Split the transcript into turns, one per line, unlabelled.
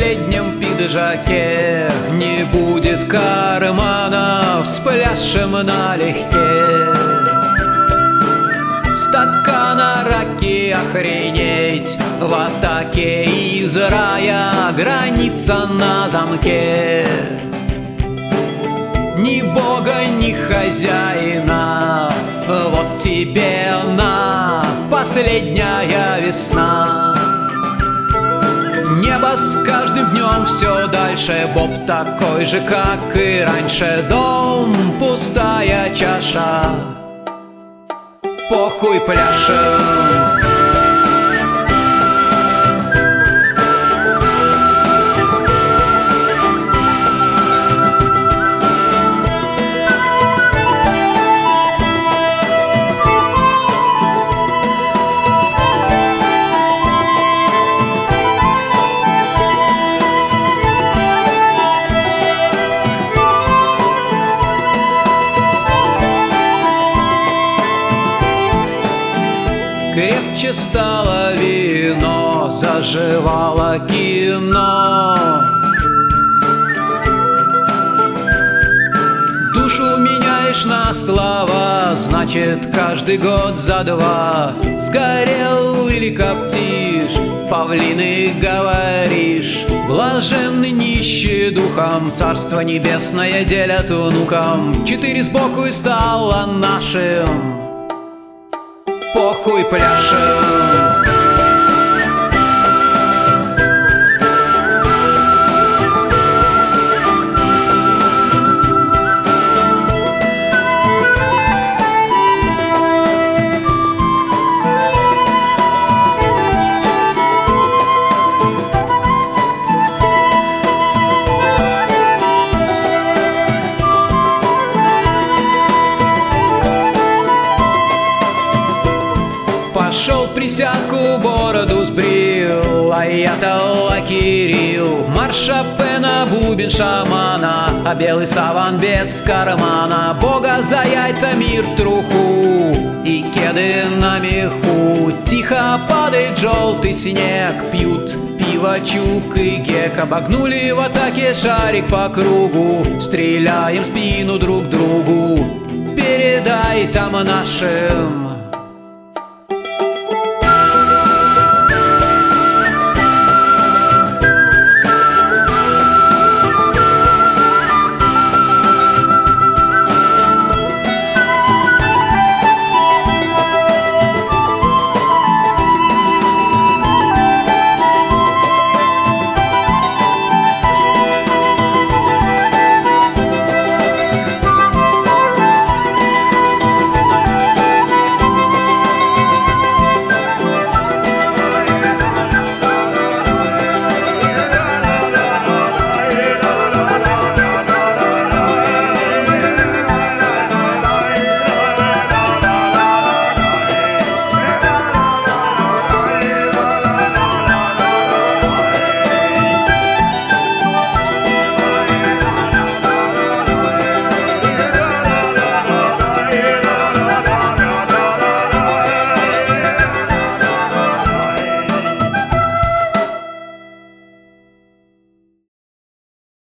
последнем пиджаке. Не будет карманов, спляшем налегке. Стакана раки охренеть, в атаке из рая, граница на замке. Ни бога, ни хозяина, вот тебе на последняя весна. Небо с каждым днем все дальше, Боб такой же, как и раньше. Дом, пустая чаша, похуй, пляшем. Крепче стало вино, заживало кино. Душу меняешь на слова, значит, каждый год за два. Сгорел или коптишь, павлины говоришь. Блаженны нищие духом, царство небесное делят внукам. 4 сбоку и стало нашим, похуй, пляшем. Пошел в присядку, бороду сбрил, а я-то лакирил. Марш Шопена, бубен шамана, а белый саван без кармана. Бога за яйца, мир в труху и кеды на меху. Тихо падает желтый снег, пьют пиво Чук и Гек. Обогнули в атаке шарик по кругу, стреляем в спину друг другу. Передай там нашим,